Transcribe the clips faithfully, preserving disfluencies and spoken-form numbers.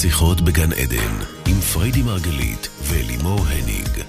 שיחות בגן עדן, עם פריידי מרגלית ולימור הניג.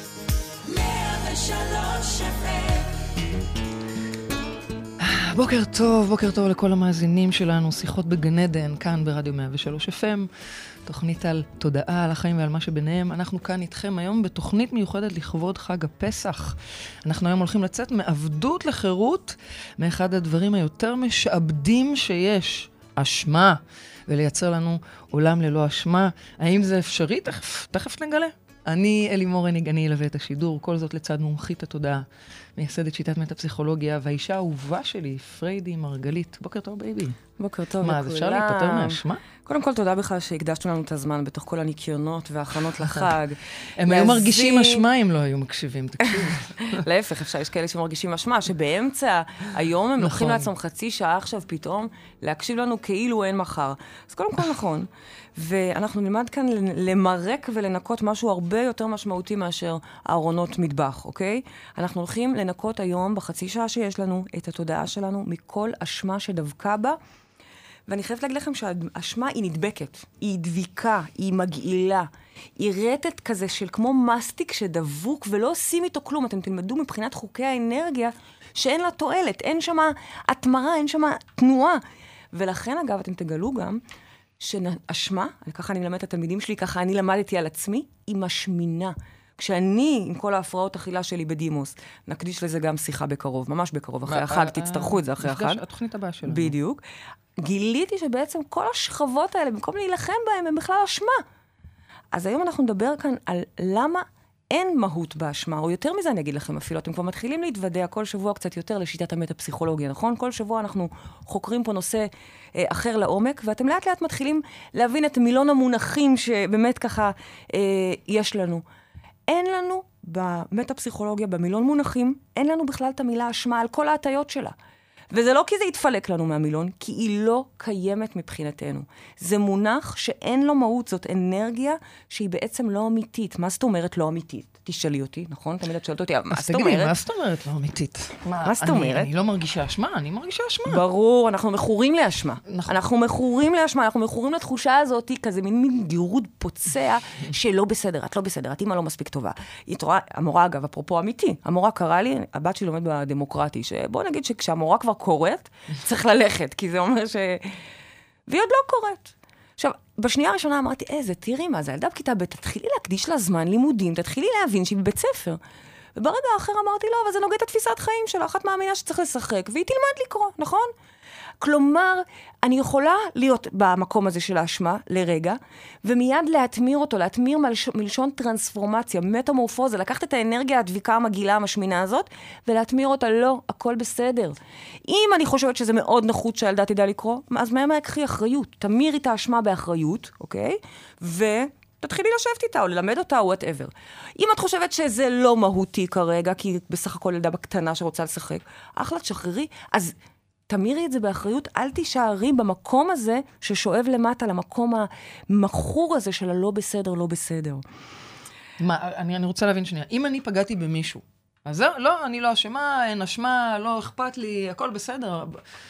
בוקר טוב, בוקר טוב לכל המאזינים שלנו, שיחות בגן עדן, כאן ברדיו מאה ושלוש אף אם, תוכנית על תודעה, על החיים ועל מה שביניהם. אנחנו כאן איתכם היום בתוכנית מיוחדת לכבוד חג הפסח. אנחנו היום הולכים לצאת מעבדות לחירות, מאחד הדברים היותר משעבדים שיש, אשמה, ולייצר לנו עולם ללא אשמה. האם זה אפשרי? תכף, תכף נגלה. אני לימור הניג, אני אלווה את השידור, כל זאת לצד מומחית התודעה, מייסדת שיטת מטה-פסיכולוגיה, והאישה האהובה שלי, פריידי מרגלית. בוקר טוב, בייבי. בוקר טוב לכולם. מה, אז אפשר להיפטר מהאשמה? קודם כל, תודה בכלל שהקדשנו לנו את הזמן בתוך כל הניקיונות וההכנות לחג. הם היו מרגישים אשמה אם לא היו מקשיבים, תקשיב. להפך, אפשר, יש כאלה שמרגישים אשמה, שבאמצע היום הם לוקחים לעצמם חצי שעה עכשיו פתאום להקשיב לנו כאילו אין מחר. אז קודם כל נכון. ואנחנו נלמד כאן למרק ולנקות משהו הרבה יותר משמעותי מאשר הארונות מטבח, אוקיי? אנחנו הולכים לנקות היום, בחצי שעה שיש לנו, את התודעה שלנו מכל אשמה שדבקה בה. ואני חייבת להגיד לכם שהאשמה היא נדבקת, היא דביקה, היא מגעילה, היא רטט כזה של כמו מסטיק שדבוק ולא עושים איתו כלום. אתם תלמדו מבחינת חוקי האנרגיה שאין לה תועלת, אין שמה התמרה, אין שמה תנועה. ולכן אגב אתם תגלו גם שאשמה, ככה אני מלמדת את התלמידים שלי, ככה אני למדתי על עצמי, היא משמינה. כשאני, עם כל ההפרעות אכילה שלי בדימוס, נקדיש לזה גם שיחה בקרוב, ממש בקרוב, אחרי החג, תצטרכו את זה אחרי החג. התוכנית הבאה שלנו. בדיוק. גיליתי שבעצם כל השכבות האלה, במקום להילחם בהם, הם בכלל אשמה. אז היום אנחנו נדבר כאן על למה אין מהות באשמה, או יותר מזה אני אגיד לכם אפילו, אתם כבר מתחילים להתוודע כל שבוע קצת יותר לשיטת המטה-פסיכולוגיה, נכון? כל שבוע אנחנו חוקרים פה נושא אה, אחר לעומק, ואתם לאט לאט מתחילים להבין את מילון המונחים שבאמת ככה אה, יש לנו. אין לנו במטה-פסיכולוגיה, במילון מונחים, אין לנו בכלל את המילה אשמה על כל ההטיות שלה. וזה לא כי זה יתפלק לנו מהמילון, כי היא לא קיימת מבחינתנו. זה מונח שאין לו מהות, זאת אנרגיה שהיא בעצם לא אמיתית. מה זאת אומרת לא אמיתית? תשאלי אותי, נכון? תמיד את שואלת אותי, מה זאת אומרת? מה זאת אומרת לא אמיתית? מה זאת אומרת? אני לא מרגישה אשמה, אני מרגישה אשמה. ברור, אנחנו מכורים לאשמה. אנחנו מכורים לאשמה, אנחנו מכורים לתחושה הזאת, כזה מין גירוד פוצע שלא בסדר, את לא בסדר, את אימא לא מספיק טובה. המורה, אגב, אפרופו אמיתי, המורה קרא לי, הבת שלי לומד בדמוקרטי, שבוא נגיד שכשהמורה כבר קוראת, צריך ללכת, כי זה אומר ש... והיא עוד לא קוראת. עכשיו, בשנייה הראשונה אמרתי, איזה, תראי מה זה, ילדה בכיתה ב', תתחילי להקדיש לה זמן לימודים, תתחילי להבין שהיא בבית ספר. וברגע האחר אמרתי, לא, אבל זה נוגע את התפיסת חיים שלה, אחת מאמינה שצריך לשחק, והיא תלמד לקרוא, נכון? כלומר, אני יכולה להיות במקום הזה של האשמה לרגע, ומיד להתמיר אותו, להתמיר מלש... מלשון טרנספורמציה, מטמורפוזה, לקחת את האנרגיה הדביקה המגעילה המשמינה הזאת, ולהתמיר אותה, לא, הכל בסדר. אם אני חושבת שזה מאוד נחות שהילדה תדע לקרוא, אז מה יקחי אחריות? תמירי את האשמה באחריות, אוקיי? ו... תתחילי לשבת איתה, או ללמד אותה, או whatever. אם את חושבת שזה לא מהותי כרגע, כי בסך הכל ילדה בקטנה שרוצה לשחק, אחלה, תשחררי, אז תמירי את זה באחריות, אל תישארי במקום הזה ששואב למטה, למקום המחור הזה של הלא בסדר, לא בסדר. מה, אני, אני רוצה להבין שנייה, אם אני פגעתי במישהו, אז זהו, לא, אני לא אשמה, אין אשמה, לא אכפת לי, הכל בסדר.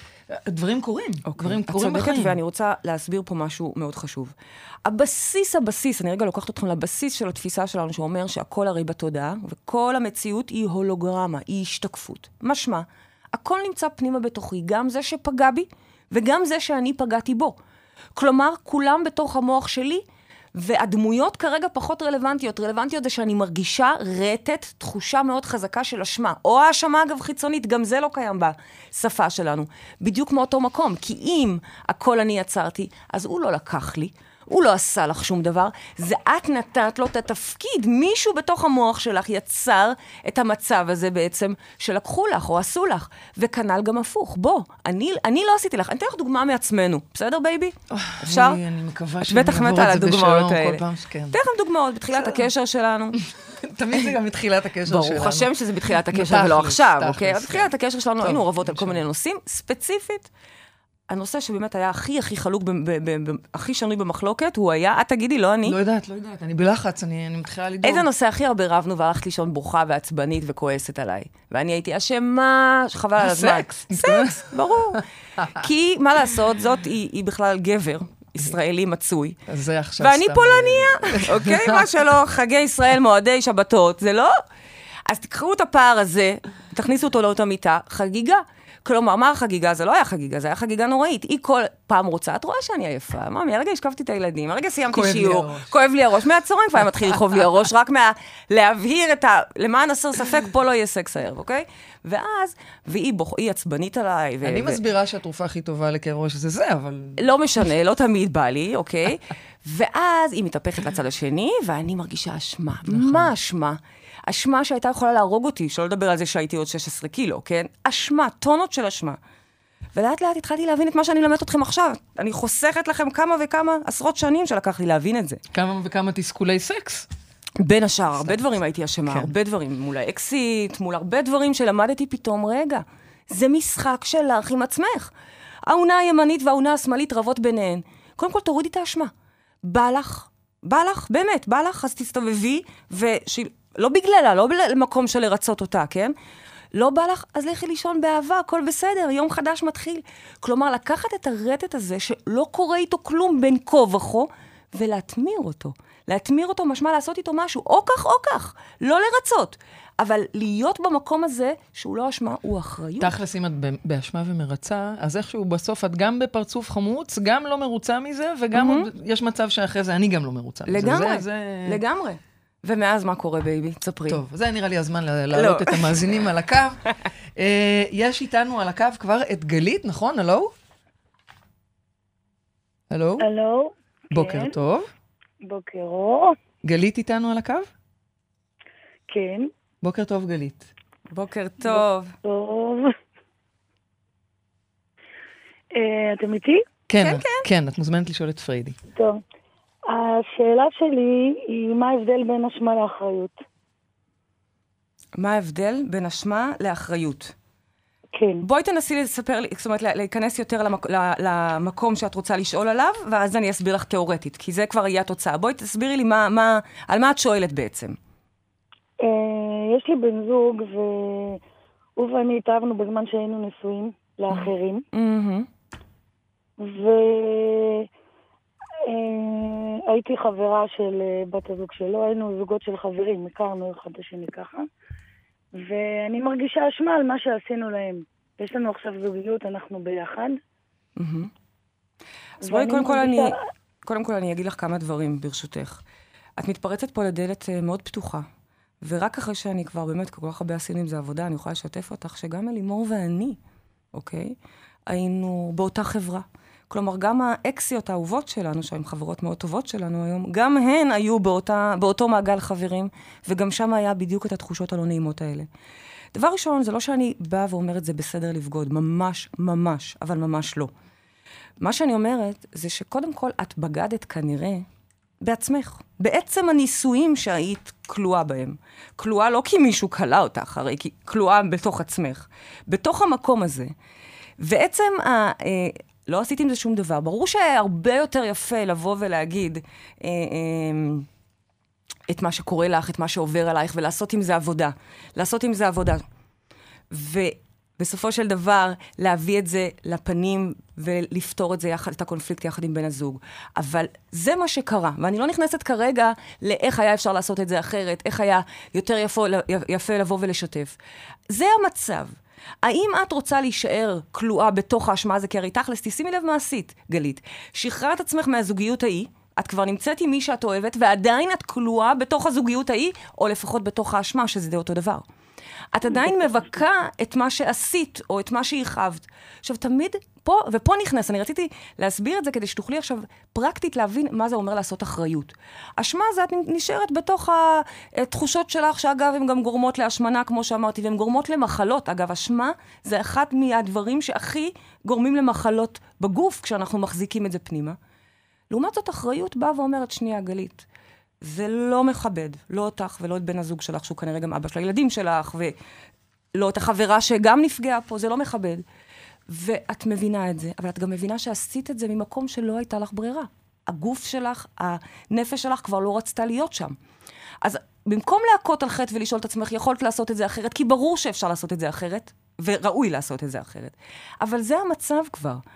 דברים קורים, okay. דברים קורים בחיים. את צודקת, ואני רוצה להסביר פה משהו מאוד חשוב. הבסיס, הבסיס, אני רגע לוקחת אתכם לבסיס של התפיסה שלנו, שאומר שהכל הרי בתודעה, וכל המציאות היא הולוגרמה, היא השתקפות. משמע, הכל נמצא פנימה בתוכי, גם זה שפגע בי, וגם זה שאני פגעתי בו. כלומר, כולם בתוך המוח שלי, והדמויות כרגע פחות רלוונטיות. רלוונטיות זה שאני מרגישה רטט, תחושה מאוד חזקה של אשמה. או האשמה אגב חיצונית, גם זה לא קיים בשפה שלנו. בדיוק מאותו מקום. כי אם הכל אני יצרתי, אז הוא לא לקח לי. הוא לא עשה לך שום דבר, זה את נתת לו את התפקיד, מישהו בתוך המוח שלך יצר את המצב הזה בעצם, שלקחו לך או עשו לך, וכנ"ל גם הפוך. בוא, אני, אני לא עשיתי לך, אני אתן לך דוגמה מעצמנו, בסדר בייבי? אפשר? אני, אני מקווה שאני אעבור את זה בשלום כל פעם שכן. תן לכם דוגמאות בתחילת הקשר שלנו. תמיד זה גם בתחילת הקשר שלנו. ברוך השם שזה בתחילת הקשר ולא עכשיו, אוקיי? בתחילת הקשר שלנו היינו רבות על כל מיני נושאים, ספציפית. הנושא שבאמת היה הכי הכי חלוק, הכי שנוי במחלוקת, הוא היה, את תגידי, לא אני. לא יודעת, לא יודעת, אני בלחץ, אני מתחילה לדאוג. איזה נושא הכי הרבה רבנו והלכת לישון בוכה ועצבנית וכועסת עליי. ואני הייתי אשמה, חבל על הזמן. סקס. סקס, ברור. כי, מה לעשות, זאת היא בכלל גבר. ישראלי מצוי. אז זה עכשיו ואני סתם... פולניה, אוקיי? מה שלא, חגי ישראל, מועדי שבתות, זה לא? אז תקחו את הפער הזה, תכניסו אותו לאותה מיטה, חגיגה. כלומר, מה החגיגה? זה לא היה חגיגה, זה היה חגיגה נוראית. היא כל פעם רוצה, את רואה שאני עייפה. מאמי, הרגע השכבתי את הילדים, הרגע סיימתי שיעור. כואב לי הראש. מהצהריים כבר מתחיל לכאוב לי הראש, רק מה... להבהיר את ה... למען הסר ספק, פה לא יהיה סקס הערב, אוקיי? ואז, והיא בוח... היא עצבנית עליי. ו... אני מסבירה שהתרופה הכי טובה לכאב ראש זה זה, אבל... לא משנה, לא תמיד בא לי, אוקיי? ואז היא מתהפכת לצד השני, ואני מרגישה אשמה. מה אשמה? אשמה שהייתה יכולה להרוג אותי, שלא לדבר על זה שהייתי עוד שש עשרה קילו, כן? אשמה, טונות של אשמה. ולאט לאט התחלתי להבין את מה שאני למדת אתכם עכשיו. אני חוסכת לכם כמה וכמה עשרות שנים שלקח לי להבין את זה. כמה וכמה תסכולי סקס? בין השאר, הרבה דברים הייתי אשמה, הרבה דברים, מול האקסיט, מול הרבה דברים שלמדתי פתאום, רגע, זה משחק שלך עם עצמך. העונה הימנית והעונה השמאלית רבות ביניהן. קודם כל תורידי את האשמה. בא לך, בא לך, באמת, בא לך, אז תסתובבי, וש... לא בגללה, לא במקום של לרצות אותה, כן? לא בא לך, אז לכי לישון באהבה, הכל בסדר, יום חדש מתחיל. כלומר, לקחת את הרטט הזה, שלא קורה איתו כלום בין כה וכה, ולהתמיר אותו. להתמיר אותו משמע לעשות איתו משהו, או כך או כך, לא לרצות. אבל להיות במקום הזה, שהוא לא אשמה, הוא אחריות. תכלס, אם את באשמה ומרצה, אז איכשהו בסוף את גם בפרצוף חמוץ, גם לא מרוצה מזה, וגם עוד, יש מצב שאחרי זה אני גם לא מרוצה מזה. לגמרי, זה, זה... לגמרי. ומאז מה קורה, בייבי? תספרי. טוב, זה נראה לי הזמן להעלות את המאזינים על הקו. יש איתנו על הקו כבר את גלית, נכון? הלו? הלו? הלו? בוקר טוב. בוקר אור. גלית איתנו על הקו? כן. בוקר טוב, גלית. בוקר טוב. טוב. אתם איתי? כן, כן, את מוזמנת לשאול את פריידי. טוב. השאלה שלי היא מה ההבדל בין אשמה לאחריות? מה ההבדל בין אשמה לאחריות? כן. בואי תנסי לספר לי, זאת אומרת, להיכנס יותר למק, למקום שאת רוצה לשאול עליו, ואז אני אסביר לך תיאורטית, כי זה כבר יהיה התוצאה. בואי תסבירי לי מה, מה, על מה את שואלת בעצם. יש לי בן זוג, והוא ואני התאהבנו בזמן שהיינו נשואים לאחרים. ו... הייתי חברה של בת הזוג שלו, היינו זוגות של חברים, הכרנו אחד השני ככה, ואני מרגישה אשמה על מה שעשינו להם. יש לנו עכשיו זוגיות, אנחנו ביחד. אז בואי, קודם כל אני, קודם כל אני אגיד לך כמה דברים ברשותך. את מתפרצת פה לדלת מאוד פתוחה, ורק אחרי שאני כבר באמת כל כך הרבה עשינו עם זה עבודה, אני יכולה לשתף אותך שגם אלימור ואני, אוקיי, היינו באותה חברה. כלומר, גם האקסיות האהובות שלנו, שהן חברות מאוד טובות שלנו היום, גם הן היו באותה, באותו מעגל חברים, וגם שם היה בדיוק את התחושות הלא נעימות האלה. דבר ראשון, זה לא שאני באה ואומרת, זה בסדר לבגוד, ממש, ממש, אבל ממש לא. מה שאני אומרת, זה שקודם כל את בגדת כנראה בעצמך. בעצם הניסויים שהיית כלואה בהם. כלואה לא כי מישהו קלה אותך, הרי כי כלואה בתוך עצמך. בתוך המקום הזה. בעצם ה... לא עשיתי עם זה שום דבר. ברור שהרבה יותר יפה לבוא ולהגיד אה, אה, את מה שקורה לך, את מה שעובר עלייך, ולעשות עם זה עבודה. לעשות עם זה עבודה. ובסופו של דבר, להביא את זה לפנים, ולפתור את זה יחד, את הקונפליקט יחד עם בן הזוג. אבל זה מה שקרה. ואני לא נכנסת כרגע לאיך היה אפשר לעשות את זה אחרת, איך היה יותר יפה, יפה לבוא ולשתף. זה המצב. האם את רוצה להישאר כלואה בתוך האשמה הזה? כי הרי תכלס, תשימי לב מעשית, גלית. שחררת עצמך מהזוגיות ההיא, את כבר נמצאת עם מי שאת אוהבת, ועדיין את כלואה בתוך הזוגיות ההיא, או לפחות בתוך האשמה, שזה די אותו דבר. את עדיין מבקה את מה שעשית, או את מה שהרחבת. עכשיו, תמיד פה, ופה נכנס, אני רציתי להסביר את זה, כדי שתוכלי עכשיו פרקטית להבין מה זה אומר לעשות אחריות. אשמה זה את נשארת בתוך התחושות שלך, שאגב, הן גם גורמות להשמנה, כמו שאמרתי, והן גורמות למחלות. אגב, אשמה זה אחד מהדברים שהכי גורמים למחלות בגוף, כשאנחנו מחזיקים את זה פנימה. לעומת זאת, אחריות באה ואומרת, שנייה, גלית, זה לא מכבד, לא אותך ולא את בן הזוג שלך, שהוא כנראה גם אבא של הילדים שלך, ולא את החברה שגם נפגעה פה, זה לא מכבד. ואת מבינה את זה, אבל את גם מבינה שעשית את זה ממקום שלא הייתה לך ברירה. הגוף שלך, הנפש שלך כבר לא רצתה להיות שם. אז במקום להכות על חטא ולשאול את עצמך, יכולת לעשות את זה אחרת, כי ברור שאפשר לעשות את זה אחרת, וראוי לעשות את זה אחרת. אבל זה המצב כבר.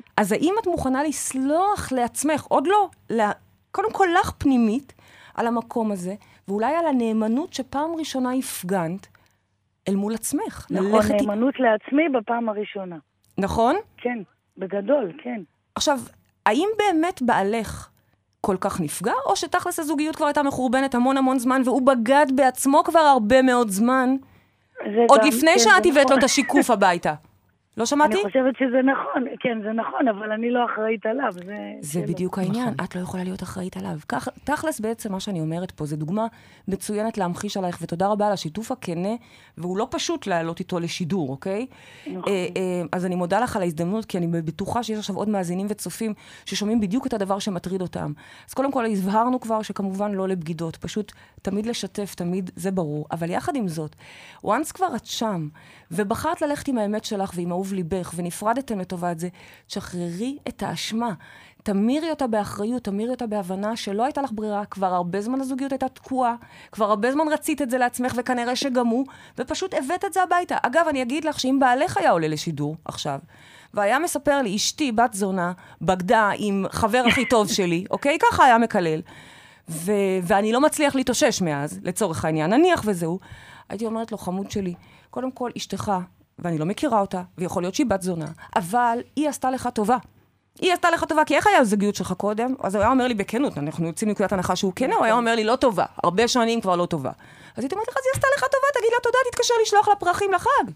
אז האם את מוכנה לסלוח לעצמך, עוד לא, קודם כל לך פנימית, על המקום הזה, ואולי על הנאמנות שפעם ראשונה הפגנת, אל מול עצמך. נכון, נאמנות היא... לעצמי בפעם הראשונה. נכון? כן, בגדול, כן. עכשיו, האם באמת בעלך כל כך נפגע, או שתכלס הזוגיות כבר הייתה מחורבנת המון המון זמן, והוא בגד בעצמו כבר הרבה מאוד זמן, עוד גם, לפני כן, שאת הבאת נכון. לו את השיקוף הביתה? לא שמעתי? אני חושבת שזה נכון, כן, זה נכון, אבל אני לא אחראית עליו. זה, זה בדיוק העניין, נכון. את לא יכולה להיות אחראית עליו. כך, תכלס בעצם מה שאני אומרת פה, זה דוגמה מצוינת להמחיש עלייך, ותודה רבה על השיתוף הכנה, והוא לא פשוט לעלות איתו לשידור, אוקיי? נכון. אה, אה, אז אני מודה לך על ההזדמנות, כי אני בטוחה שיש עכשיו עוד מאזינים וצופים, ששומעים בדיוק את הדבר שמטריד אותם. אז קודם כל, הבהרנו כבר שכמובן לא לבגידות, פשוט תמיד לשתף, תמיד זה ברור, אבל יחד עם זאת, once כבר את שם, ובחרת ללכת עם האמת שלך ועם אהוב ליבך, ונפרדתם לטובת זה, תשחררי את האשמה. תמירי אותה באחריות, תמירי אותה בהבנה שלא הייתה לך ברירה, כבר הרבה זמן הזוגיות הייתה תקועה, כבר הרבה זמן רצית את זה לעצמך, וכנראה שגם הוא, ופשוט הבאת את זה הביתה. אגב, אני אגיד לך שאם בעלך היה עולה לשידור עכשיו, והיה מספר לי, אשתי, בת זונה, בגדה עם חבר הכי טוב שלי, אוקיי? ככה היה מקלל. ו- ואני לא מצליח להתאושש מאז, לצורך העניין, נניח וזהו. הייתי אומרת לו, חמוד שלי, קודם כל, אשתך, ואני לא מכירה אותה, ויכול להיות שהיא בת זונה, אבל היא עשתה לך טובה. היא עשתה לך טובה, כי איך היה הזוגיות שלך קודם? אז הוא היה אומר לי בכנות, אנחנו יוצאים נקודת הנחה שהוא כן, הוא היה אומר לי לא טובה, הרבה שנים כבר לא טובה. אז הייתי אומרת לך, אז היא עשתה לך טובה, תגיד לה תודה, תתקשר לשלוח לה פרחים לחג.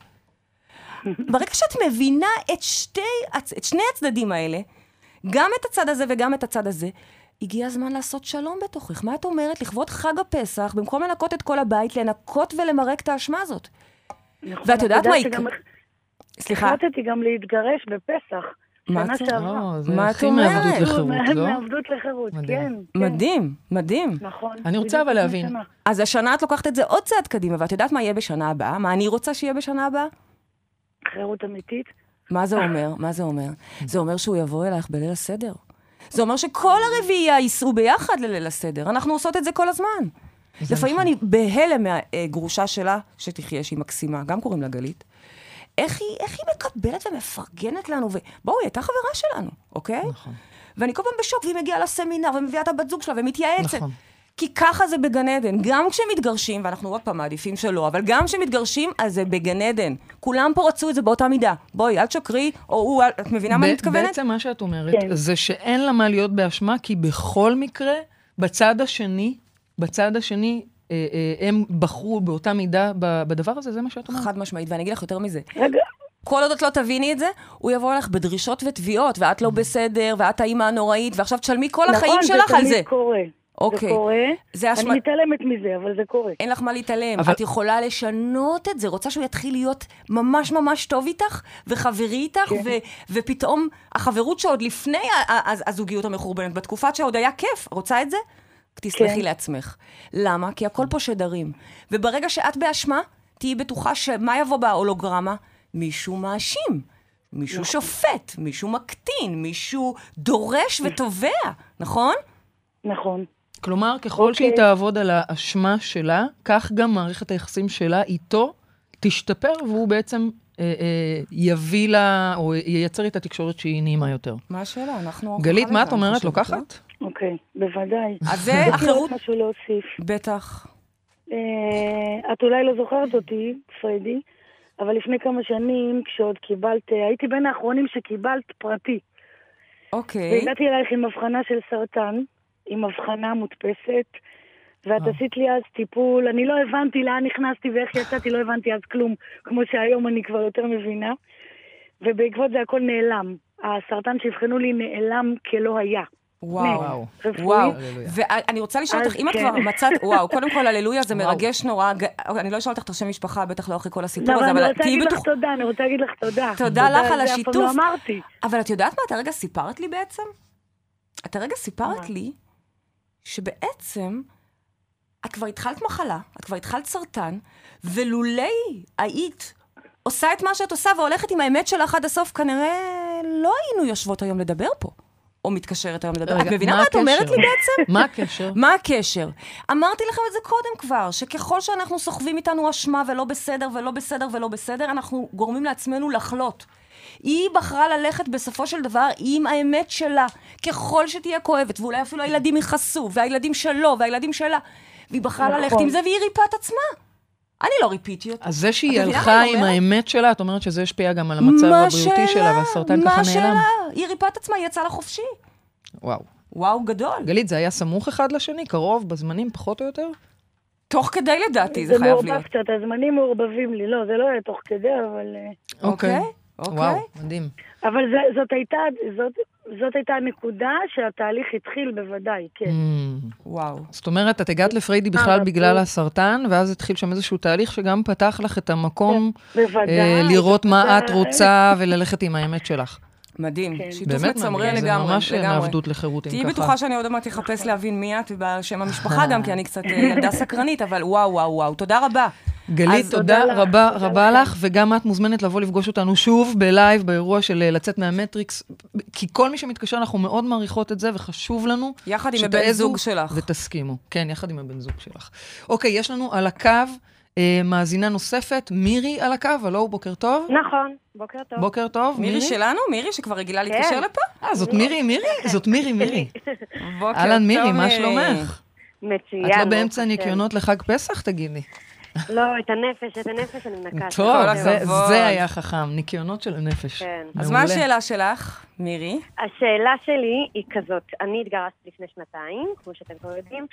ברגע שאת מבינה את, שתי, את שני הצדדים האלה, גם את הצד הזה וגם את הצד הזה, הגיע הזמן לעשות שלום בתוכך. מה את אומרת? לכבוד חג הפסח, במקום לנקות את כל הבית, לנקות ולמרק את האשמה הזאת. נכון, ואת יודעת מה יקרה? סליחה? החלטתי גם להתגרש בפסח. מה את הכי אומרת? מעבדות לחירות, לא? מעבדות לחירות, כן. מדהים, מדהים. נכון. אני רוצה אבל להבין. אז השנה את לוקחת את זה עוד צעד קדימה, ואת יודעת מה יהיה בשנה הבאה? מה אני רוצה שיהיה בשנה הבאה? חירות אמיתית. מה זה אומר? מה זה אומר? זה אומר שהוא יבוא אלייך בליל הסדר. זה אומר שכל הרביעייה ייסעו ביחד לליל הסדר. אנחנו עושות את זה כל הזמן. לפעמים אני בהלם מהגרושה שלה, שתחיה שהיא מקסימה, גם קוראים לה גלית. איך היא, איך היא מקבלת ומפרגנת לנו, ובואו, היא הייתה חברה שלנו, אוקיי? נכון. ואני כל פעם בשוק, והיא מגיעה לסמינר, ומביאה את הבת זוג שלה, ומתייעצת. נכון. כי ככה זה בגן עדן. גם כשמתגרשים, ואנחנו עוד פעם מעדיפים שלא, אבל גם כשמתגרשים, אז זה בגן עדן. כולם פה רצו את זה באותה מידה. בואי, אל תשקרי, או הוא, את מבינה מה אני מתכוונת? בעצם מה שאת אומרת, כן. זה שאין לה מה להיות באשמה, כי בכל מקרה, בצד השני, בצד השני, הם בחרו באותה מידה בדבר הזה, זה מה שאת אומרת. חד משמעית, ואני אגיד לך יותר מזה. רגע. כל עוד את לא תביני את זה, הוא יבוא לך בדרישות ותביעות, ואת לא בסדר, ואת האמא הנוראית, ועכשיו תשלמי כל החיים שלך על זה. נכון, זה תמיד קורה. אוקיי. זה קורה, אני מתעלמת מזה, אבל זה קורה. אין לך מה להתעלם, את יכולה לשנות את זה, רוצה שהוא יתחיל להיות ממש ממש טוב איתך, וחברי איתך, ופתאום החברות שעוד לפני הזוגיות המחורבנת, בתקופת שעוד היה כיף, רוצה את זה? תסלחי לעצמך. למה? כי הכל פה שדרים. וברגע שאת באשמה, תהיי בטוחה שמה יבוא בהולוגרמה? מישהו מאשים, מישהו שופט, מישהו מקטין, מישהו דורש ותובע, נכון? נכון. כלומר, ככל שהיא תעבוד על האשמה שלה, כך גם מערכת היחסים שלה איתו תשתפר, והוא בעצם יביא לה, או ייצר את התקשורת שהיא נעימה יותר. מה השאלה? אנחנו... גלית, מה את אומרת? לוקחת? אוקיי, בוודאי. אז זה אחרות... משהו להוסיף. בטח. את אולי לא זוכרת אותי, פרדי, אבל לפני כמה שנים, כשעוד קיבלת, הייתי בין האחרונים שקיבלת פרטי. אוקיי. והגעתי אלייך עם הבחנה של סרטן, עם הבחנה מודפסת, ואת עשית לי אז טיפול, אני לא הבנתי לאן נכנסתי ואיך יצאתי, לא הבנתי אז כלום, כמו שהיום אני כבר יותר מבינה, ובעקבות זה הכל נעלם. הסרטן שהבחנו לי נעלם כלא היה. וואו, וואו. ואני רוצה לשאול אותך, אם את כבר מצאת, וואו, קודם כל, הללויה, זה מרגש נורא, אני לא אשאל אותך את השם משפחה, בטח לא אחרי כל הסיפור הזה, אבל תהיי בטוח... אני רוצה להגיד לך תודה. תודה לך על השיתוף. אבל את יודעת מה, את הרגע סיפרת לי בעצם? את הרגע סיפרת לי שבעצם את כבר התחלת מחלה, את כבר התחלת סרטן, ולולי היית עושה את מה שאת עושה והולכת עם האמת שלך עד הסוף, כנראה לא היינו יושבות היום לדבר פה. או מתקשרת היום לדבר. את מבינה מה את אומרת לי בעצם? מה הקשר? מה הקשר? אמרתי לכם את זה קודם כבר, שככל שאנחנו סוחבים איתנו אשמה ולא בסדר ולא בסדר ולא בסדר, אנחנו גורמים לעצמנו לחלות. היא בחרה ללכת בסופו של דבר עם האמת שלה, ככל שתהיה כואבת, ואולי אפילו הילדים יחסו, והילדים שלו, והילדים שלה, והיא בחרה נכון. ללכת עם זה, והיא ריפה את עצמה. אני לא ריפיתי אותה. אז זה שהיא הלכה עם האמת שלה, את אומרת שזה השפיע גם על המצב הבריאותי שלה, והסרטן ככה נעלם. מה שלה? היא ריפה את עצמה, היא יצאה לחופשי. וואו. וואו, גדול. גלית, זה היה סמוך אחד לשני, קרוב, בזמנים, פחות או יותר? תוך כדי לדעתי, זה חייב להיות. זה מעורבב קצת, הזמנים מעורבבים לי. לא, זה לא היה תוך כדי, אבל... אוקיי. וואו, מדהים. אבל זאת הייתה, זאת... זאת הייתה הנקודה שהתהליך התחיל בוודאי, כן. וואו. זאת אומרת, את הגעת לפריידי בכלל בגלל הסרטן, ואז התחיל שם איזשהו תהליך שגם פתח לך את המקום לראות מה את רוצה וללכת עם האמת שלך. מדהים, שיתוף מצמרר לגמרי. זה ממש מעבדות לחירות, אם ככה. תהיי בטוחה שאני עוד אמרתי לחפש להבין מי את ובשם המשפחה גם, כי אני קצת ילדה סקרנית, אבל וואו, וואו, וואו. תודה רבה. גלית, תודה רבה רבה לך, וגם את מוזמנת לבוא לפגוש אותנו שוב בלייב, באירוע של לצאת מהמטריקס, כי כל מי שמתקשר, אנחנו מאוד מעריכות את זה, וחשוב לנו יחד עם הבן זוג שלך. ותסכימו. כן, יחד עם הבן זוג שלך. אוקיי, יש לנו על הקו מאזינה נוספת, מירי על הקו, הלו, בוקר טוב. נכון, בוקר טוב. בוקר טוב, מירי. מירי שלנו? מירי שכבר רגילה להתקשר לפה? אה, זאת מירי, מירי? זאת מירי, מירי. אהלן מירי, מה שלומך? מצוין. את לא באמצע ניקיונות לחג פסח, תגידי. לא, את הנפש, את הנפש אני מנקה. טוב, זה היה חכם, ניקיונות של הנפש. אז מה השאלה שלך, מירי? השאלה שלי היא כזאת, אני התגרשתי לפני שנתיים, כמו שאתם כבר יודעים,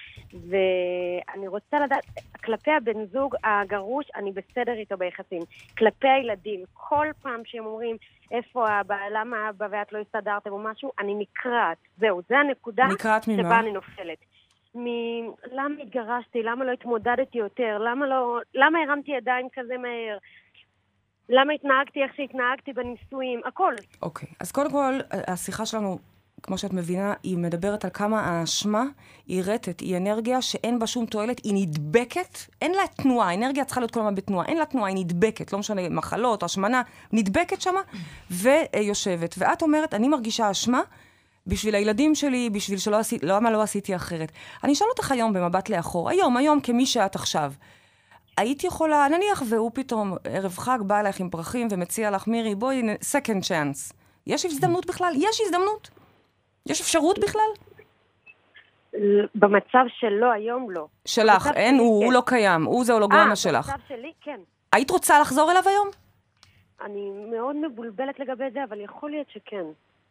ואני רוצה לדעת, כלפי הבן זוג הגרוש, אני בסדר איתו ביחסים. כלפי הילדים, כל פעם שהם אומרים, איפה אבא, למה אבא ואת לא הסתדרתם או משהו, אני נקראת. זהו, זה הנקודה שבה אני נופלת. מ- למה התגרשתי, למה לא התמודדתי יותר, למה לא, למה הרמתי ידיים כזה מהר, למה התנהגתי איך שהתנהגתי בנישואים, הכל. אוקיי, אז קודם כל, השיחה שלנו, כמו שאת מבינה, היא מדברת על כמה האשמה היא רטט, היא אנרגיה שאין בה שום תועלת, היא נדבקת, אין לה תנועה, האנרגיה צריכה להיות כל הזמן בתנועה, אין לה תנועה, היא נדבקת, לא משנה, מחלות, השמנה, נדבקת שמה, ויושבת. ואת אומרת, אני מרגישה אשמה, בשביל הילדים שלי, בשביל שלא עשיתי, למה לא עשיתי אחרת. אני אשאל אותך היום במבט לאחור, היום, היום כמי שאת עכשיו, היית יכולה, נניח והוא פתאום ערב חג בא אליך עם פרחים ומציע לך, מירי, בואי, second chance. יש הזדמנות בכלל? יש הזדמנות? יש אפשרות בכלל? במצב שלו היום לא. שלך, אין, הוא, כן. הוא לא קיים, הוא זה הולוגרמה שלך. במצב שלי, כן. היית רוצה לחזור אליו היום? אני מאוד מבולבלת לגבי זה, אבל יכול להיות שכן.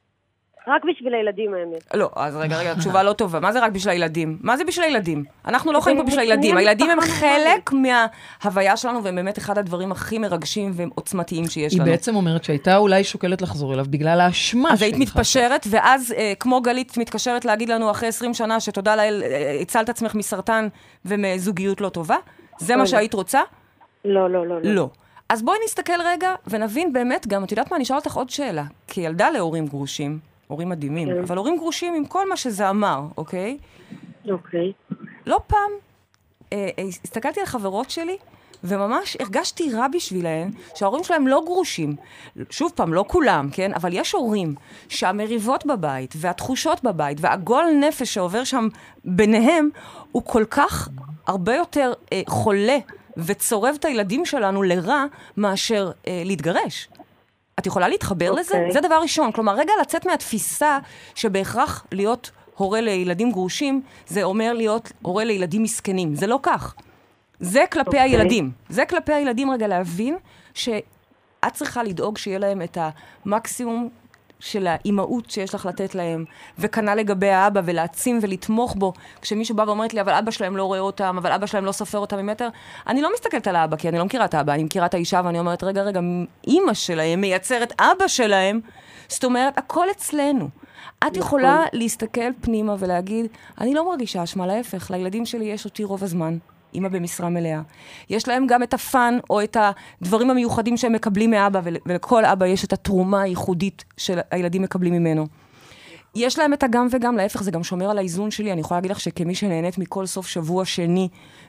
רק בשביל הילדים, האמת. לא, אז רגע, רגע, תשובה לא טובה. מה זה רק בשביל הילדים? מה זה בשביל הילדים? אנחנו לא חיים פה בשביל הילדים. הילדים הם חלק מההוויה שלנו, והם באמת אחד הדברים הכי מרגשים ועוצמתיים שיש לנו. היא בעצם אומרת שהייתה אולי שוקלת לחזור אליו בגלל האשמה. אז היית מתפשרת, ואז כמו גלית מתקשרת להגיד לנו אחרי עשרים שנה, שתודה לאל, הצלת עצמך מסרטן ומזוגיות לא טובה? זה מה שהיית רוצה? לא, לא, לא. לא. אז בואי נסתכל רגע, ונבין באמת גם, את יודעת מה, אני אשאל אותך עוד שאלה. כילדה להורים גרושים, הורים מדהימים, okay. אבל הורים גרושים עם כל מה שזה אמר, אוקיי? אוקיי. Okay? לא פעם, אה, אה, הסתכלתי על חברות שלי, וממש הרגשתי רע בשבילהן, שההורים שלהם לא גרושים. שוב פעם, לא כולם, כן? אבל יש הורים שהמריבות בבית, והתחושות בבית, והגול נפש שעובר שם ביניהם, הוא כל כך הרבה יותר אה, חולה, וצורב את הילדים שלנו לרע, מאשר אה, להתגרש. את יכולה להתחבר okay. לזה? זה דבר ראשון. כלומר, רגע לצאת מהתפיסה שבהכרח להיות הורה לילדים גרושים, זה אומר להיות הורה לילדים מסכנים. זה לא כך. זה כלפי okay. הילדים. זה כלפי הילדים רגע להבין שאת צריכה לדאוג שיהיה להם את המקסימום של האימהות שיש לך לתת להם, וכנ"ל לגבי האבא, ולהעצים ולתמוך בו. כשמישהו בא ואומרת לי, אבל אבא שלהם לא רואה אותם, אבל אבא שלהם לא סופר אותם ממטר, אני לא מסתכלת על האבא, כי אני לא מכירה את האבא, אני מכירה את האישה, ואני אומרת, רגע, רגע, אמא שלהם מייצרת אבא שלהם, זאת אומרת, הכל אצלנו. את יכולה להסתכל פנימה ולהגיד, אני לא מרגישה אשמה, להפך, לילדים שלי יש אותי רוב הזמן. אמא במשרה מלאה. יש להם גם את הפן או את הדברים המיוחדים שהם מקבלים מאבא, ולכל אבא יש את התרומה הייחודית שהילדים מקבלים ממנו. יש להם את הגם וגם, להפך, זה גם שומר על האיזון שלי. אני יכולה להגיד לך שכמי שנהנית מכל סוף שבוע שני,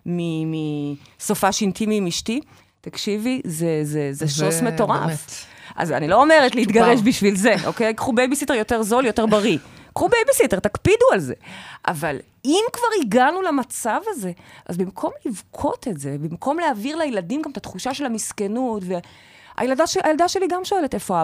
מסופה שינטימי עם אשתי, תקשיבי, זה, זה, זה שוס מטורף. אז אני לא אומרת להתגרש בשביל זה, אוקיי? קחו בייביסיטר יותר זול, יותר בריא. קחו בייביסיטר, תקפידו על זה. אבל אם כבר הגענו למצב הזה, אז במקום לבכות את זה, במקום להעביר לילדים גם את התחושה של המסכנות, והילדה ש... הילדה שלי גם שואלת איפה אבא.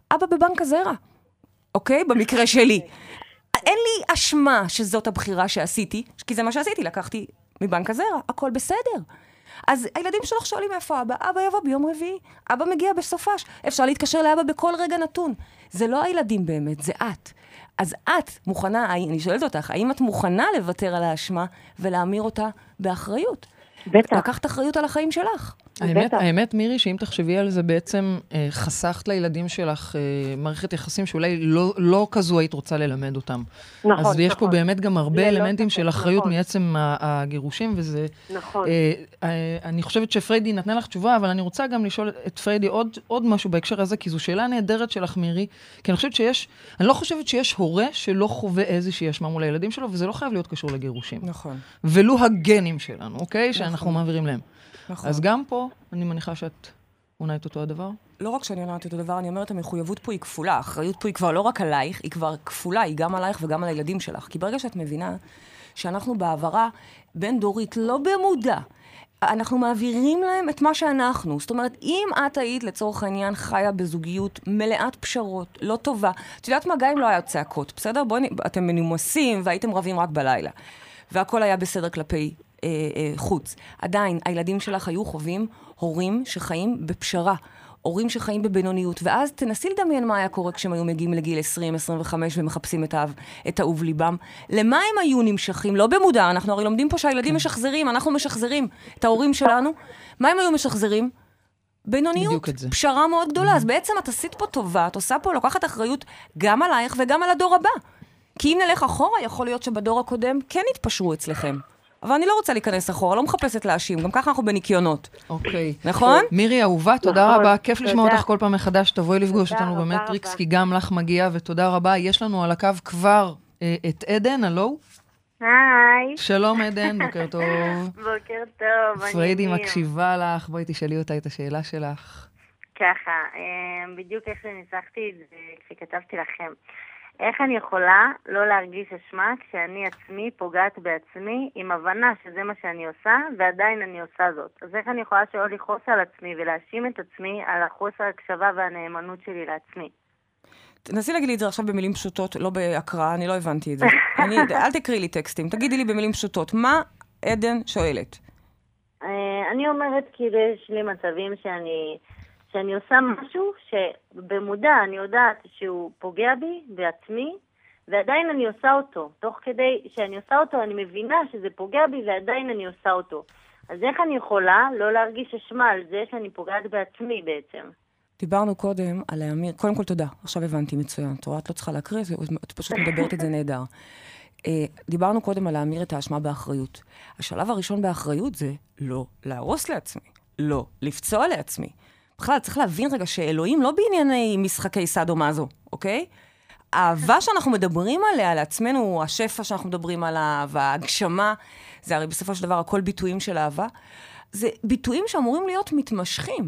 אבא בבנק הזרע, אוקיי? במקרה שלי. אין לי אשמה שזאת הבחירה שעשיתי, כי זה מה שעשיתי, לקחתי מבנק הזרע, הכל בסדר. אז הילדים שלך שואלים איפה אבא, אבא יבוא ביום רביעי, אבא מגיע בסופש, אפשר להתקשר לאבא בכל רגע נתון. זה לא הילדים באמת, זה את. אז את מוכנה, אני שואלת אותך, האם את מוכנה לוותר על האשמה ולהמיר אותה באחריות? בטח. לקחת אחריות על החיים שלך. האמת, האמת, מירי, שאם תחשבי על זה בעצם, אה, חסכת לילדים שלך אה, מערכת יחסים שאולי לא, לא כזו היית רוצה ללמד אותם. נכון, אז יש נכון. פה באמת גם הרבה אלמנטים ספק, של אחריות נכון. מעצם הגירושים, וזה... נכון. אה, אה, אני חושבת שפריידי נתנה לך תשובה, אבל אני רוצה גם לשאול את פריידי עוד, עוד משהו בהקשר הזה, כי זו שאלה נהדרת שלך, מירי, כי אני חושבת שיש, אני לא חושבת שיש הורה שלא חווה איזושהי אשמה מול הילדים שלו, וזה לא חייב להיות קשור לגירושים. נכון. ולו הגנים שלנו, אוקיי? נכון. שאנחנו מעבירים להם. נכון. אז גם פה, אני מניחה שאת עונה את אותו הדבר. לא רק שאני עונה את אותו דבר, אני אומרת, המחויבות פה היא כפולה. האחריות פה היא כבר לא רק עלייך, היא כבר כפולה, היא גם עלייך וגם על הילדים שלך. כי ברגע שאת מבינה שאנחנו בעברה בין דורית, לא במודע, אנחנו מעבירים להם את מה שאנחנו. זאת אומרת, אם את היית לצורך העניין חיה בזוגיות מלאת פשרות, לא טובה, את יודעת מה, גם אם לא היה צעקות, בסדר? בואי, אתם מנומסים והייתם רבים רק בלילה. והכל היה בסדר כלפי אה, אה, חוץ. עדיין, הילדים שלך היו חווים הורים שחיים בפשרה, הורים שחיים בבינוניות, ואז תנסי לדמיין מה היה קורה כשהם היו מגיעים לגיל עשרים עשרים וחמש ומחפשים את, האב, את האהוב ליבם. למה הם היו נמשכים? לא במודע, אנחנו הרי לומדים פה שהילדים משחזרים, אנחנו משחזרים את ההורים שלנו. מה הם היו משחזרים? בינוניות, פשרה מאוד גדולה. אז בעצם את עשית פה טובה, את עושה פה, לוקחת אחריות גם עלייך וגם על הדור הבא. כי אם נלך אחורה, יכול להיות שבדור הקודם כן התפשרו אצלכם. אבל אני לא רוצה להיכנס אחורה, לא מחפשת להאשים, גם ככה אנחנו בניקיונות. אוקיי. נכון? מירי אהובה, תודה רבה, כיף לשמוע אותך כל פעם מחדש, תבואי לפגוש אותנו במטריקס, כי גם לך מגיע, ותודה רבה. יש לנו על הקו כבר את עדן, הלו? היי. שלום עדן, בוקר טוב. בוקר טוב. פריידי מקשיבה לך, בואי תשאלי אותה את השאלה שלך. ככה, בדיוק איך שניסחתי את זה כשכתבתי לכם. איך אני יכולה לא להרגיש אשמה כשאני עצמי פוגעת בעצמי עם הבנה שזה מה שאני עושה ועדיין אני עושה זאת? אז איך אני יכולה שלא לכעוס על עצמי ולהאשים את עצמי על החוסר הקשבה והנאמנות שלי לעצמי? תנסי להגיד לי את זה עכשיו במילים פשוטות, לא בהקראה, אני לא הבנתי את זה. אני, אל תקריא לי טקסטים, תגידי לי במילים פשוטות. מה עדן שואלת? אני אומרת כאילו יש לי מצבים שאני... שאני עושה משהו שבמודע אני יודעת שהוא פוגע בי בעצמי, ועדיין אני עושה אותו. תוך כדי שאני עושה אותו, אני מבינה שזה פוגע בי ועדיין אני עושה אותו. אז איך אני יכולה לא להרגיש אשמה על זה שאני פוגעת בעצמי בעצם? דיברנו קודם על להמיר, קודם כל תודה, עכשיו הבנתי מצוין. תורה, את לא צריכה להקריא, את פשוט מדברת את זה נהדר. דיברנו קודם על להמיר את האשמה באחריות. השלב הראשון באחריות זה לא להרוס לעצמי, לא לפצוע לעצמי. בכלל, צריך להבין רגע שאלוהים לא בענייני משחקי סאדו מאזו, אוקיי? האהבה שאנחנו מדברים עליה, לעצמנו, השפע שאנחנו מדברים עליו, ההגשמה, זה הרי בסופו של דבר הכל ביטויים של אהבה, זה ביטויים שאמורים להיות מתמשכים.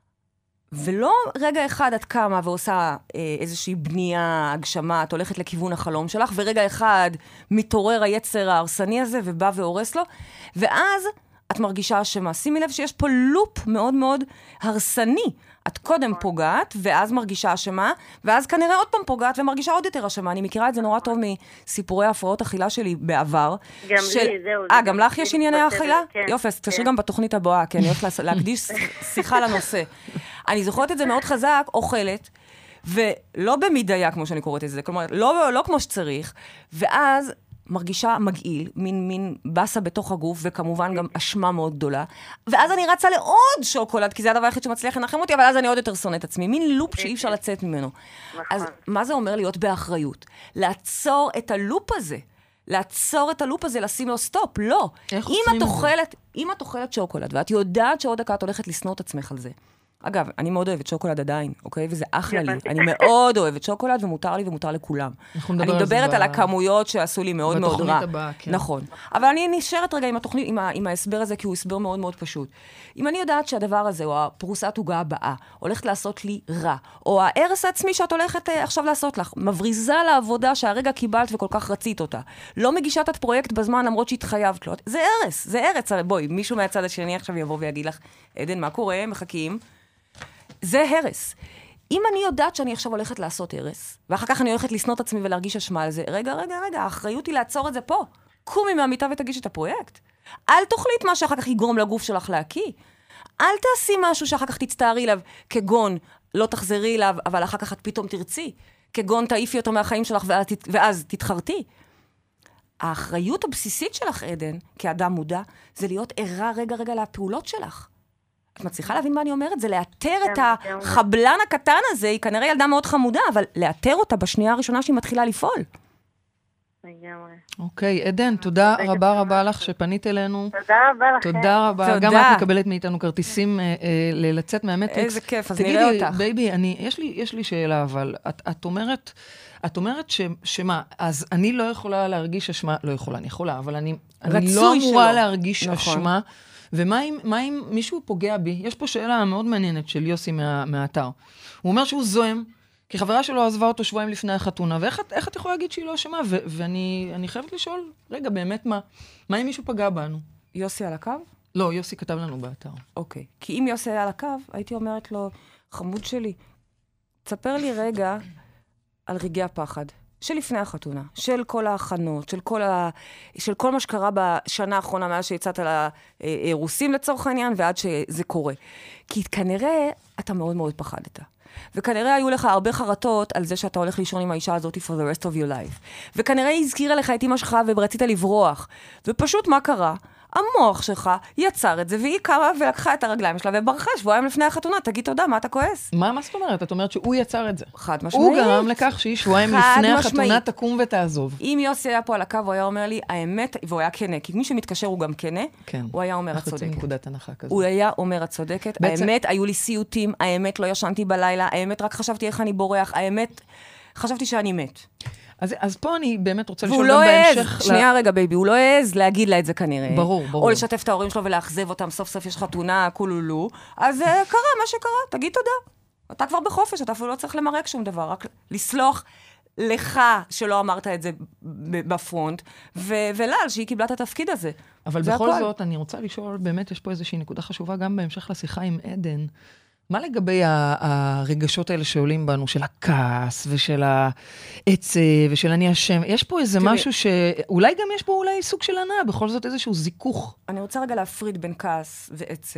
ולא רגע אחד את קמה ועושה אה, איזושהי בנייה, הגשמה, את הולכת לכיוון החלום שלך, ורגע אחד מתעורר היצר ההרסני הזה ובא והורס לו, ואז את מרגישה אשמה. שימי לב שיש פה לופ מאוד מאוד הרסני. את קודם פוגעת, ואז מרגישה אשמה, ואז כנראה עוד פעם פוגעת ומרגישה עוד יותר אשמה. אני מכירה את זה נורא טוב מסיפורי ההפרעות אכילה שלי בעבר. גם של... לי, זהו. אה, גם לך יש ענייני האכילה? כן, יופי, אז כן. תשאיר גם בתוכנית הבאה, כי אני הולכת להקדיש שיחה לנושא. אני זוכרת את זה מאוד חזק, אוכלת, ולא במדיה, כמו שאני קוראת את זה, כלומר, לא, לא כמו שצריך, ואז מרגישה מגעיל, מין, מין בסה בתוך הגוף, וכמובן גם אשמה מאוד גדולה. ואז אני רצה לעוד שוקולד, כי זה הדבר היחיד שמצליח לנחם אותי, אבל אז אני עוד יותר שונאת עצמי. מין לופ שאי אפשר לצאת ממנו. אז מה זה אומר להיות באחריות? לעצור את הלופ הזה. לעצור את הלופ הזה, לשים לו סטופ. לא. אם את אוכלת, אם את אוכלת שוקולד, ואת יודעת שעוד דקה את הולכת לסנוע את עצמך על זה. אגב, אני מאוד אוהבת שוקולד עדיין, אוקיי? וזה אחלה לי. אני מאוד אוהבת שוקולד, ומותר לי ומותר לכולם. אני מדברת על הכמויות שעשו לי מאוד מאוד רע. נכון. אבל אני נשארת רגע עם התוכנית, עם ההסבר הזה, כי הוא הסבר מאוד מאוד פשוט. אם אני יודעת שהדבר הזה, או הפרוסת עוגה הבאה, הולכת לעשות לי רע, או ההרס העצמי שאת הולכת עכשיו לעשות לך, מבריזה לעבודה שהרגע קיבלת וכל כך רצית אותה. לא מגישת את פרויקט בזמן, למרות שהתחייבת לו. זה הרס, זה הרס. בואי, מישהו מהצד השני עכשיו יבוא ויגיד לך, עדן, מה קורה? מחכים. זה הרס. אם אני יודעת שאני עכשיו הולכת לעשות הרס, ואחר כך אני הולכת לסנות עצמי ולהרגיש אשמה על זה, רגע, רגע, רגע, האחריות היא לעצור את זה פה. קומי מהמיטה ותגיש את הפרויקט. אל תאכלי את מה שאחר כך יגרום לגוף שלך להקיא. אל תעשי משהו שאחר כך תצטערי אליו, כגון לא תחזרי אליו, אבל אחר כך את פתאום תרצי. כגון תעיפי אותו מהחיים שלך ואז, ואז תתחרתי. האחריות הבסיסית שלך, עדן, כאדם מודע, זה להיות ערה רגע רגע לפעולות שלך. את מצליחה להבין מה אני אומרת? זה לאתר את החבלן הקטן הזה, היא כנראה ילדה מאוד חמודה, אבל לאתר אותה בשנייה הראשונה שהיא מתחילה לפעול. אוקיי, עדן, תודה רבה רבה לך שפנית אלינו. תודה רבה לכם. תודה רבה. גם את מקבלת מאיתנו כרטיסים לצאת מהמטריקס. איזה כיף, אז נראה אותך. תגידי, בייבי, יש לי שאלה, אבל את אומרת... את אומרת ש, שמה, אז אני לא יכולה להרגיש אשמה, לא יכולה, אני יכולה, אבל אני, אני לא אמורה שלו. להרגיש נכון. אשמה, ומה אם, מה אם מישהו פוגע בי? יש פה שאלה מאוד מעניינת של יוסי מה, מהאתר. הוא אומר שהוא זוהם, כי חברה שלו עזבה אותו שבועיים לפני החתונה, ואיך את, איך את יכולה להגיד שהיא לא אשמה? ו, ואני אני חייבת לשאול, רגע, באמת מה? מה אם מישהו פגע בנו? יוסי על הקו? לא, יוסי כתב לנו באתר. אוקיי, כי אם יוסי היה על הקו, הייתי אומרת לו, חמוד שלי, תספר לי רגע, על רגעי הפחד, של לפני החתונה, של כל ההכנות, של כל, ה... של כל מה שקרה בשנה האחרונה, מאז שיצאת על האירוסים לצורך העניין, ועד שזה קורה. כי כנראה אתה מאוד מאוד פחדת. וכנראה היו לך הרבה חרטות על זה שאתה הולך לישון עם האישה הזאת for the rest of your life. וכנראה היא הזכירה לך את אמא שלך ורצית לברוח. ופשוט מה קרה? המוח שלך יצר את זה, והיא קמה ולקחה את הרגליים שלה וברחה שבועיים לפני החתונה. תגיד תודה, מה אתה כועס? מה, מה זאת אומרת? את אומרת שהוא יצר את זה. חד משמעית. הוא גרם לכך שהיא שבועיים לפני החתונה תקום ותעזוב. אם יוסי היה פה על הקו, הוא היה אומר לי, האמת, והוא היה כנה, כי מי שמתקשר הוא גם כנה, כן. הוא היה אומר, את צודקת. הוא היה אומר, את צודקת. האמת, היו לי סיוטים, האמת, לא ישנתי בלילה, האמת, רק חשבתי איך אני בורח, האמת, חשבתי שאני מת. אז, אז פה אני באמת רוצה לשאול גם לא בהמשך... שנייה לה... רגע, בייבי, הוא לא העז להגיד לה את זה כנראה. ברור, ברור. או לשתף את ההורים שלו ולאכזב אותם, סוף סוף יש חתונה, כולולו. אז קרה מה שקרה, תגיד תודה. אתה כבר בחופש, אתה אפילו לא צריך למרק שום דבר, רק לסלוח לך שלא אמרת את זה בפרונט, ו- ולאל שהיא קיבלה את התפקיד הזה. אבל בכל הכל. זאת, אני רוצה לשאול, באמת יש פה איזושהי נקודה חשובה, גם בהמשך לשיחה עם עדן, מה לגבי הרגשות האלה שעולים בנו, של הכעס ושל העצב ושל אני השם? יש פה איזה משהו שאולי גם יש פה אולי סוג של הנאה, בכל זאת איזשהו זיכוך. אני רוצה רגע להפריד בין כעס ועצב,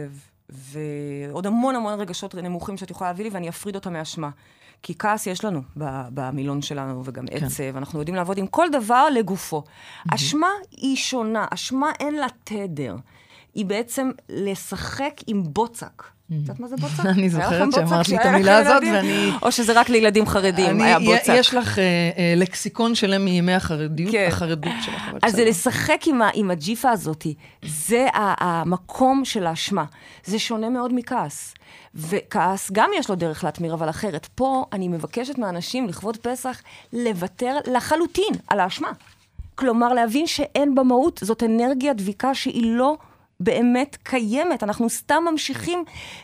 ועוד המון המון רגשות נמוכים שאת יכולה להביא לי, ואני אפריד אותה מאשמה. כי כעס יש לנו במילון שלנו, וגם עצב, אנחנו יודעים לעבוד עם כל דבר לגופו. אשמה היא שונה, אשמה אין לה תדר. היא בעצם לשחק עם בוצק. יודעת מה זה בוצק? אני זוכרת שאמרת לי את המילה הזאת, ואני... או שזה רק לילדים חרדים, היה בוצק. יש לך לקסיקון שלם מימי החרדות שלך. אז זה לשחק עם הג'יפה הזאת, זה המקום של האשמה. זה שונה מאוד מכעס. וכעס גם יש לו דרך להתמיר, אבל אחרת. פה אני מבקשת מאנשים לכבוד פסח לוותר לחלוטין על האשמה. כלומר, להבין שאין במהות, זאת אנרגיה דביקה שהיא לא באמת קיימת. אנחנו סתם ממשיכים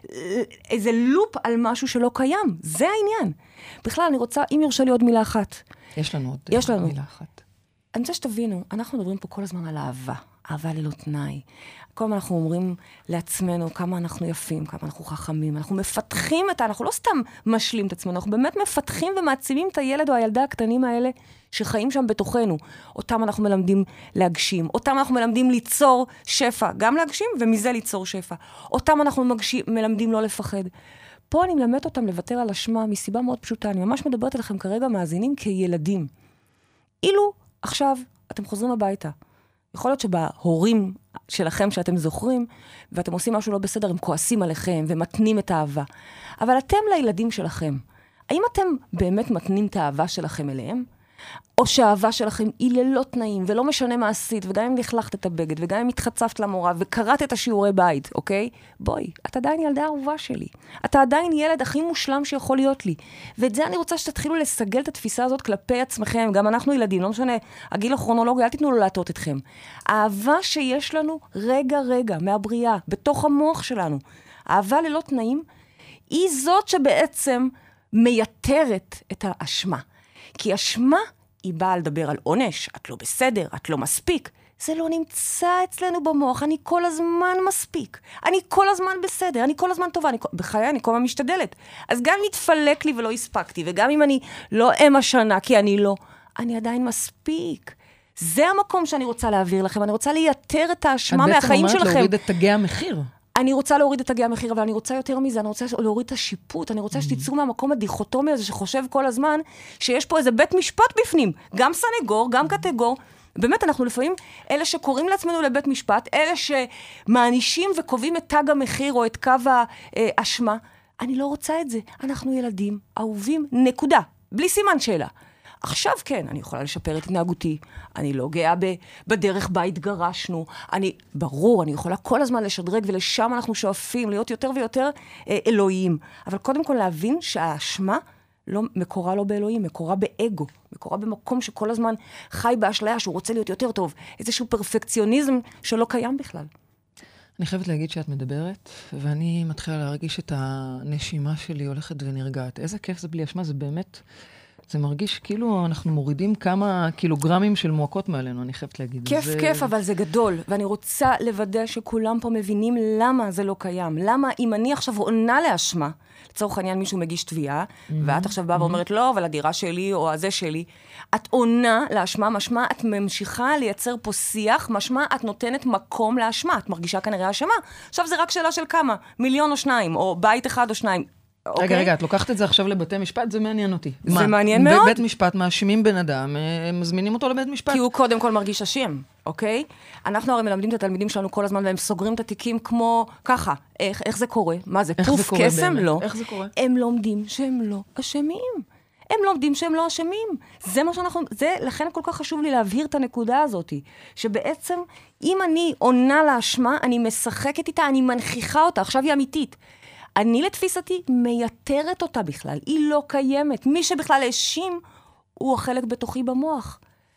איזה לופ על משהו שלא קיים. זה העניין. בכלל, אני רוצה, אם יורשה לי עוד מילה אחת. יש לנו עוד יש לנו. מילה אחת. אני רוצה שתבינו, אנחנו מדברים פה כל הזמן על אהבה. אהבה ללא תנאי. כל מה אנחנו אומרים לעצמנו, כמה אנחנו יפים, כמה אנחנו חכמים. אנחנו מפתחים את ה... אנחנו לא סתם משלים את עצמנו, אנחנו באמת מפתחים ומעצימים את הילד או הילדה הקטנים האלה שחיים שם בתוכנו. אותם אנחנו מלמדים להגשים. אותם אנחנו מלמדים ליצור שפע. גם להגשים ומזה ליצור שפע. אותם אנחנו מגשים, מלמדים לא לפחד. פה אני מלמד אותם לוותר על אשמה מסיבה מאוד פשוטה. אני ממש מדברת עליכם כרגע מאזינים כילדים. אילו עכשיו אתם חוזרים הביתה. יכול להיות שבהורים שלכם שאתם זוכרים, ואתם עושים משהו לא בסדר, הם כועסים עליכם ומתנים את האהבה. אבל אתם לילדים שלכם, האם אתם באמת מתנים את האהבה שלכם אליהם? או שהאהבה שלכם היא ללא תנאים, ולא משנה מה עשית, וגם אם נחלכת את הבגד, וגם אם התחצפת למורה, וקראת את השיעורי בית, אוקיי? בואי, את עדיין ילדה אהובה שלי. אתה עדיין ילד הכי מושלם שיכול להיות לי. ואת זה אני רוצה שתתחילו לסגל את התפיסה הזאת כלפי עצמכם. גם אנחנו ילדים, לא משנה, הגיל הכרונולוגי, אל תיתנו לו להטות אתכם. האהבה שיש לנו רגע רגע, מהבריאה, בתוך המוח שלנו, האהבה ללא תנאים, היא זאת שבעצם מייתרת את האשמה. כי אשמה היא באה לדבר על עונש, את לא בסדר, את לא מספיק. זה לא נמצא אצלנו במוח, אני כל הזמן מספיק, אני כל הזמן בסדר, אני כל הזמן טובה, אני, בחיי אני כל הזמן משתדלת. אז גם אם מתפלק לי ולא הספקתי, וגם אם אני לא אם השנה, כי אני לא, אני עדיין מספיק. זה המקום שאני רוצה להעביר לכם, אני רוצה לייתר את האשמה מהחיים שלכם. את בעצם אומרת להוריד את תגי המחיר. אני רוצה להוריד את תגי המחיר, אבל אני רוצה יותר מזה, אני רוצה להוריד את השיפוט, אני רוצה שתיצאו מהמקום הדיכוטומי הזה שחושב כל הזמן שיש פה איזה בית משפט בפנים, גם סנגור, גם קטגור. באמת, אנחנו לפעמים, אלה שקוראים לעצמנו לבית משפט, אלה שמענישים וקובעים את תג המחיר או את קו האשמה, אני לא רוצה את זה. אנחנו ילדים, אהובים, נקודה, בלי סימן שאלה. עכשיו כן, אני יכולה לשפר את התנהגותי, אני לא גאה ב, בדרך בה התגרשנו, אני, ברור, אני יכולה כל הזמן לשדרג, ולשם אנחנו שואפים להיות יותר ויותר אה, אלוהים. אבל קודם כל להבין שהאשמה לא, מקורה לא באלוהים, מקורה באגו, מקורה במקום שכל הזמן חי באשליה, שהוא רוצה להיות יותר טוב, איזשהו פרפקציוניזם שלא קיים בכלל. אני חייבת להגיד שאת מדברת, ואני מתחילה להרגיש את הנשימה שלי הולכת ונרגעת. איזה כיף זה בלי אשמה, זה באמת... זה מרגיש כאילו אנחנו מורידים כמה קילוגרמים של מועקות מעלינו, אני חייבת להגיד. כיף, זה... כיף, אבל זה גדול. ואני רוצה לוודא שכולם פה מבינים למה זה לא קיים. למה אם אני עכשיו עונה לאשמה, לצורך העניין מישהו מגיש תביעה, mm-hmm. ואת עכשיו באה mm-hmm. ואומרת, לא, אבל הדירה שלי או הזה שלי, את עונה לאשמה, משמע את ממשיכה לייצר פה שיח, משמע את נותנת מקום לאשמה. את מרגישה כנראה אשמה. עכשיו זה רק שאלה של כמה, מיליון או שניים, או בית אחד או שניים. רגע, רגע, את לוקחת את זה עכשיו לבתי משפט, זה מעניין אותי. זה מעניין מאוד. בבית משפט מאשימים בן אדם, הם מזמינים אותו לבית משפט. כי הוא קודם כל מרגיש אשם, אוקיי? אנחנו הרי מלמדים את התלמידים שלנו כל הזמן, והם סוגרים את התיקים כמו ככה. איך, איך זה קורה? מה זה? פוף קסם? לא. איך זה קורה? הם לומדים שהם לא אשמים. הם לומדים שהם לא אשמים. זה מה שאנחנו, זה, לכן כל כך חשוב לי להבהיר את הנקודה הזאת, שבעצם, אם אני עונה לאשמה, אני משחקת איתה, אני מנכיחה אותה, עכשיו היא אמיתית. אני לתפיסתי מייתרת אותה בכלל, היא לא קיימת. מי שבכלל האשים, הוא החלק בתוכי במוח.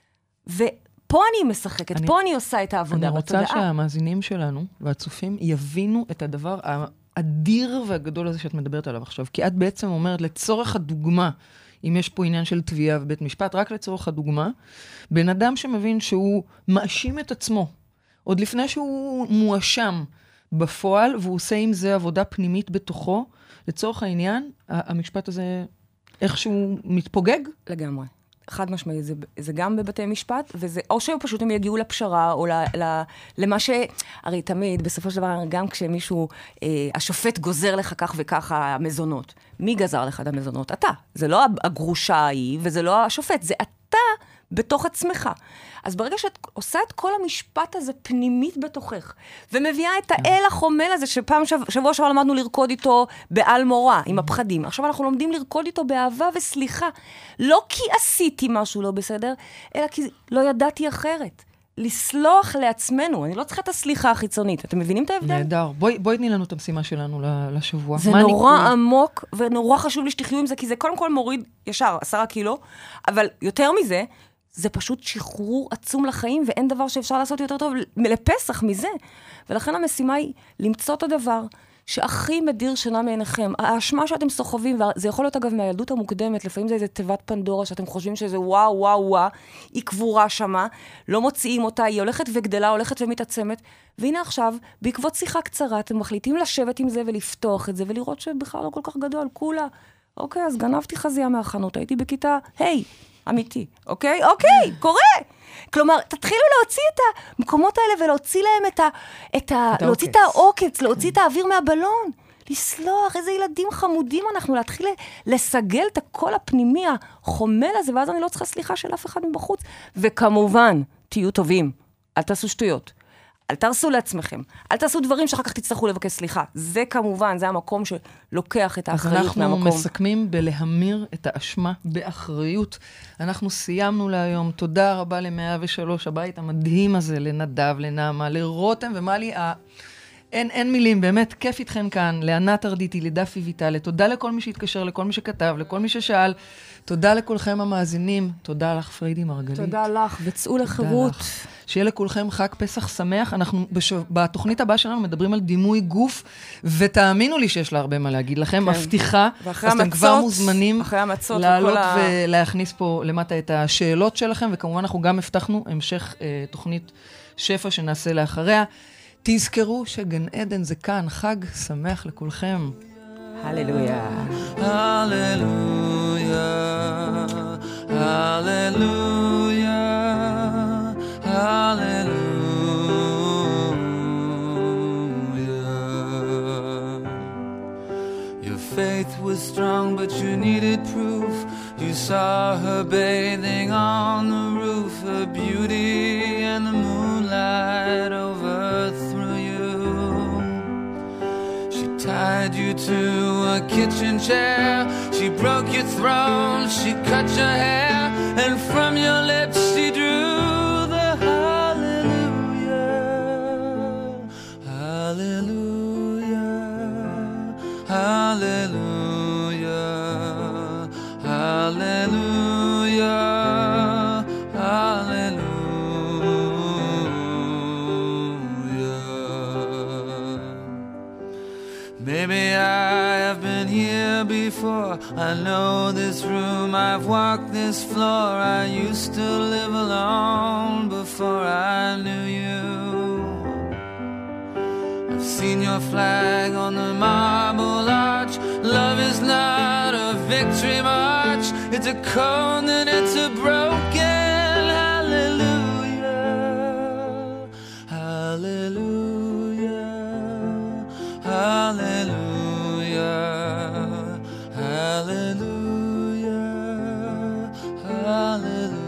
ופה אני משחקת, אני, פה אני עושה את העבודה בתודעה. אני רוצה שהמאזינים שלנו והצופים יבינו את הדבר האדיר והגדול הזה שאת מדברת עליו עכשיו. כי את בעצם אומרת, לצורך הדוגמה, אם יש פה עניין של תביעה ובית משפט, רק לצורך הדוגמה, בן אדם שמבין שהוא מאשים את עצמו, עוד לפני שהוא מואשם, בפועל, והוא עושה עם זה עבודה פנימית בתוכו, לצורך העניין, המשפט הזה איכשהו מתפוגג? לגמרי. חד משמעי, זה, זה גם בבתי משפט, וזה, או שפשוט הם יגיעו לפשרה, או ל, ל, למה ש... הרי תמיד, בסופו של דבר, גם כשמישהו, אה, השופט גוזר לך כך וכך המזונות. מי גזר לך את המזונות? אתה. זה לא הגרושה ההיא, וזה לא השופט, זה אתה בתוך עצמך. אז ברגע שאת עושה את כל המשפט הזה פנימית בתוכך, ומביאה את האל החומל הזה, שפעם שבוע שבוע למדנו לרקוד איתו בעל מורה, עם הפחדים. עכשיו אנחנו לומדים לרקוד איתו באהבה וסליחה. לא כי עשיתי משהו לא בסדר, אלא כי לא ידעתי אחרת. לסלוח לעצמנו. אני לא צריכה את הסליחה החיצונית. אתם מבינים את ההבדל? נהדר. בואי, בואי תני לנו את המשימה שלנו לשבוע. זה נורא עמוק, ונורא חשוב לי שתחיו עם זה, כי זה קודם כל מוריד ישר עשרה קילו, אבל יותר מזה, זה פשוט שחרור עצום לחיים, ואין דבר שאפשר לעשות יותר טוב לפסח מזה. ולכן המשימה היא למצוא את הדבר שהכי מדיר שינה מעיניכם. האשמה שאתם סוחבים, וזה יכול להיות אגב מהילדות המוקדמת, לפעמים זה איזה תיבת פנדורה, שאתם חושבים שזה וואו, וואו, וואו, היא קבורה שמה, לא מוציאים אותה, היא הולכת וגדלה, הולכת ומתעצמת, והנה עכשיו, בעקבות שיחה קצרה, אתם מחליטים לשבת עם זה ולפתוח את זה, ולראות שבכלל לא כל כך גדול, כולה. אוקיי, אז גנבתי חזייה מהחנות, הייתי בכיתה, היי, אמיתי, אוקיי? אוקיי, קורה! כלומר, תתחילו להוציא את המקומות האלה ולהוציא להם את ה... את ה להוציא את העוקץ, להוציא את האוויר מהבלון. לסלוח, איזה ילדים חמודים אנחנו, להתחיל לסגל את הקול הפנימי החומל הזה, ואז אני לא צריכה סליחה של אף אחד מבחוץ. וכמובן, תהיו טובים, אל תעשו שטויות. אל תרסו לעצמכם. אל תעשו דברים שאחר כך תצטרכו לבקש סליחה. זה כמובן, זה המקום שלוקח את האחריות מהמקום. אנחנו מסכמים בלהמיר את האשמה באחריות. אנחנו סיימנו להיום. תודה רבה ל-מאה ושלוש, הבית המדהים הזה, לנדב, לנעמה, לרותם ומלי, אין, אין מילים, באמת כיף איתכן כאן, לענת ארדיטי, לדפי ויטל, תודה לכל מי שהתקשר, לכל מי שכתב, לכל מי ששאל, תודה לכולכם המאזינים, תודה לך פריידי מרגלית. תודה לך, וצאו לחירות. שיהיה לכולכם חג פסח שמח, אנחנו בשו... בתוכנית הבאה שלנו מדברים על דימוי גוף, ותאמינו לי שיש לה הרבה מה להגיד לכם, כן. מבטיחה, אז המצות, אתם כבר מוזמנים לעלות ה... ולהכניס פה למטה את השאלות שלכם, וכמובן אנחנו גם הבטחנו המשך אה, תוכנית שפע שנעשה לאחריה. תזכרו שגן עדן זה כאן, חג שמח לכולכם. הללויה. הללויה. הללויה. Hallelujah. Your faith was strong, but you needed proof. You saw her bathing on the roof, her beauty and the moonlight overthrew you. She tied you to a kitchen chair, she broke your throne, she cut your hair, and from your lips she drew Hallelujah, hallelujah, hallelujah. Maybe I have been here before. I know this room, I've walked this floor. I used to live alone before I knew you. I've seen your flag on the marble arch. Love is not a victory march. It's a cold and it's a broken hallelujah. Hallelujah. Hallelujah. Hallelujah. Hallelujah.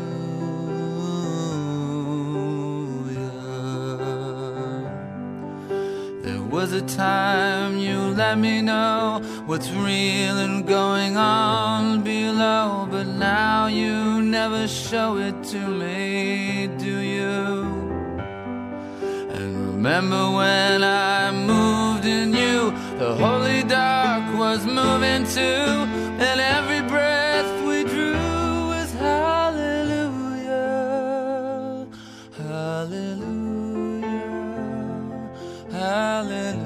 Was a time you let me know what's real and going on below, but now you never show it to me, do you? And remember when I moved in you, the holy dark was moving too, and every breath we drew was hallelujah, hallelujah, hallelujah.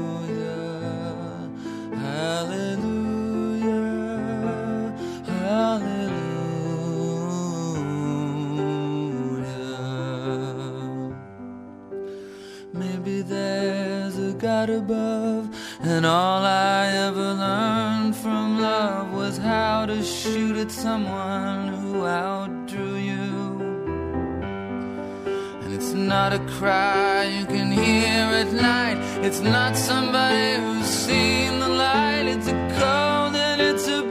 God above, and all I ever learned from love was how to shoot at someone who outdrew you. And it's not a cry you can hear at night, it's not somebody who's seen the light, it's a cold and it's a